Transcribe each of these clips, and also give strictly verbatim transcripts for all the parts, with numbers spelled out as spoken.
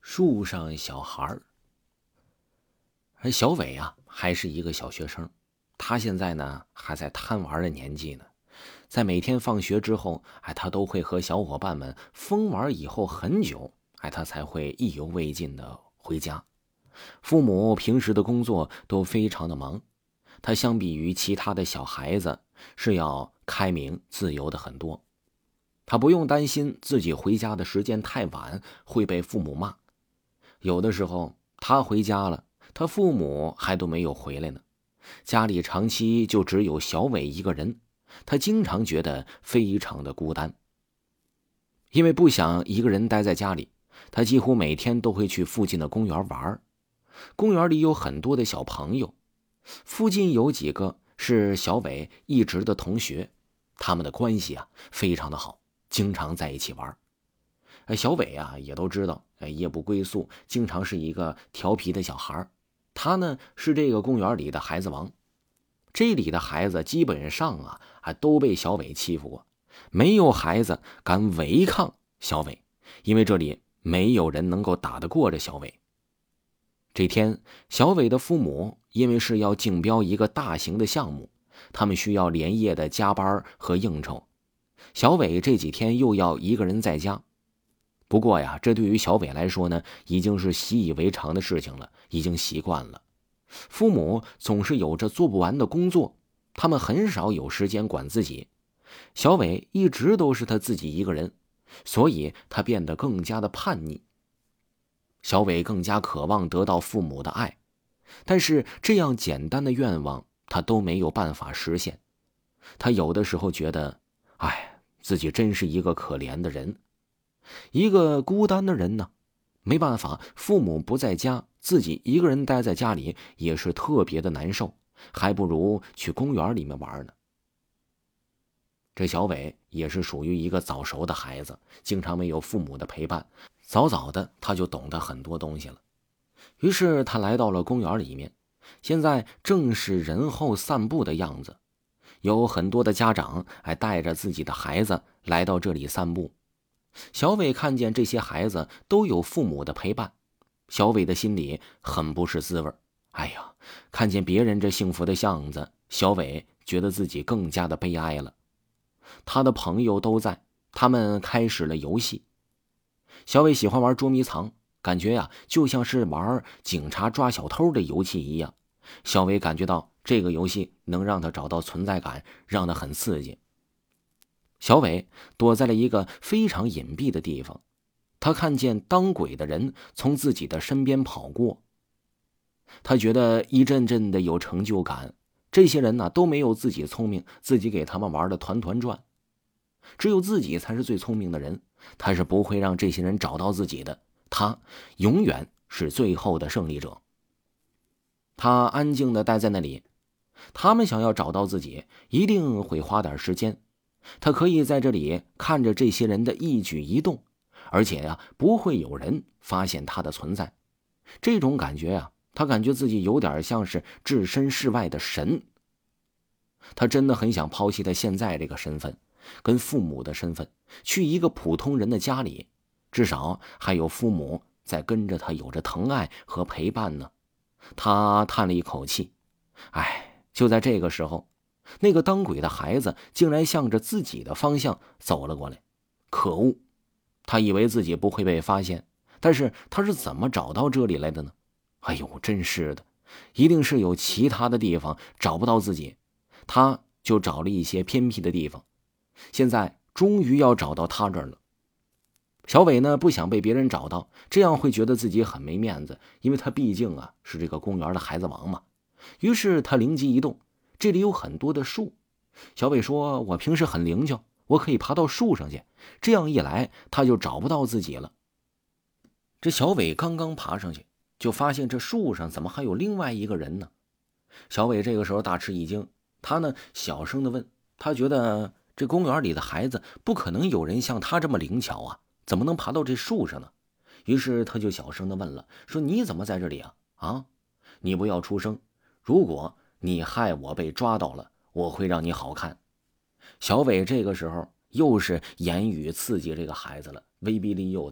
树上小孩儿。而小伟啊，还是一个小学生，他现在呢还在贪玩的年纪呢。在每天放学之后，哎，他都会和小伙伴们疯玩以后很久，哎，他才会意犹未尽的回家。父母平时的工作都非常的忙，他相比于其他的小孩子是要开明自由的很多。他不用担心自己回家的时间太晚会被父母骂。有的时候他回家了，他父母还都没有回来呢，家里长期就只有小伟一个人，他经常觉得非常的孤单。因为不想一个人待在家里，他几乎每天都会去附近的公园玩。公园里有很多的小朋友，附近有几个是小伟一直的同学，他们的关系啊非常的好，经常在一起玩。小伟啊也都知道，夜不归宿，经常是一个调皮的小孩。他呢是这个公园里的孩子王，这里的孩子基本上啊还都被小伟欺负过，没有孩子敢违抗小伟，因为这里没有人能够打得过这小伟。这天，小伟的父母因为是要竞标一个大型的项目，他们需要连夜的加班和应酬。小伟这几天又要一个人在家。不过呀，这对于小伟来说呢，已经是习以为常的事情了，已经习惯了。父母总是有着做不完的工作，他们很少有时间管自己。小伟一直都是他自己一个人，所以他变得更加的叛逆。小伟更加渴望得到父母的爱，但是这样简单的愿望他都没有办法实现。他有的时候觉得，哎，自己真是一个可怜的人，一个孤单的人呢。没办法，父母不在家，自己一个人待在家里也是特别的难受，还不如去公园里面玩呢。这小伟也是属于一个早熟的孩子，经常没有父母的陪伴，早早的他就懂得很多东西了。于是他来到了公园里面，现在正是人后散步的样子，有很多的家长还带着自己的孩子来到这里散步。小伟看见这些孩子都有父母的陪伴，小伟的心里很不是滋味。哎呀，看见别人这幸福的样子，小伟觉得自己更加的悲哀了。他的朋友都在，他们开始了游戏。小伟喜欢玩捉迷藏，感觉呀、啊、就像是玩警察抓小偷的游戏一样。小伟感觉到这个游戏能让他找到存在感，让他很刺激。小伟躲在了一个非常隐蔽的地方，他看见当鬼的人从自己的身边跑过，他觉得一阵阵的有成就感。这些人呢都没有自己聪明，自己给他们玩的团团转，只有自己才是最聪明的人，他是不会让这些人找到自己的，他永远是最后的胜利者。他安静地待在那里，他们想要找到自己一定会花点时间。他可以在这里看着这些人的一举一动，而且呀、啊，不会有人发现他的存在。这种感觉啊，他感觉自己有点像是置身事外的神。他真的很想抛弃他现在这个身份，跟父母的身份，去一个普通人的家里，至少还有父母在跟着他，有着疼爱和陪伴呢。他叹了一口气，哎，就在这个时候，那个当鬼的孩子竟然向着自己的方向走了过来。可恶，他以为自己不会被发现，但是他是怎么找到这里来的呢？哎呦，真是的，一定是有其他的地方找不到自己，他就找了一些偏僻的地方，现在终于要找到他这儿了。小伟呢不想被别人找到，这样会觉得自己很没面子，因为他毕竟啊是这个公园的孩子王嘛。于是他灵机一动，这里有很多的树，小伟说，我平时很灵巧，我可以爬到树上去，这样一来他就找不到自己了。这小伟刚刚爬上去，就发现这树上怎么还有另外一个人呢？小伟这个时候大吃一惊，他呢小声地问，他觉得这公园里的孩子不可能有人像他这么灵巧啊，怎么能爬到这树上呢？于是他就小声地问了，说，你怎么在这里啊？啊，你不要出声，如果你害我被抓到了，我会让你好看。小伟这个时候又是言语刺激这个孩子了，威逼利诱的，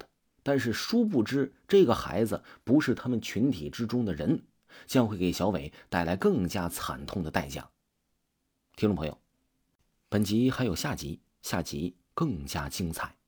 但是殊不知这个孩子不是他们群体之中的人，将会给小伟带来更加惨痛的代价。听众朋友，本集还有下集，下集更加精彩。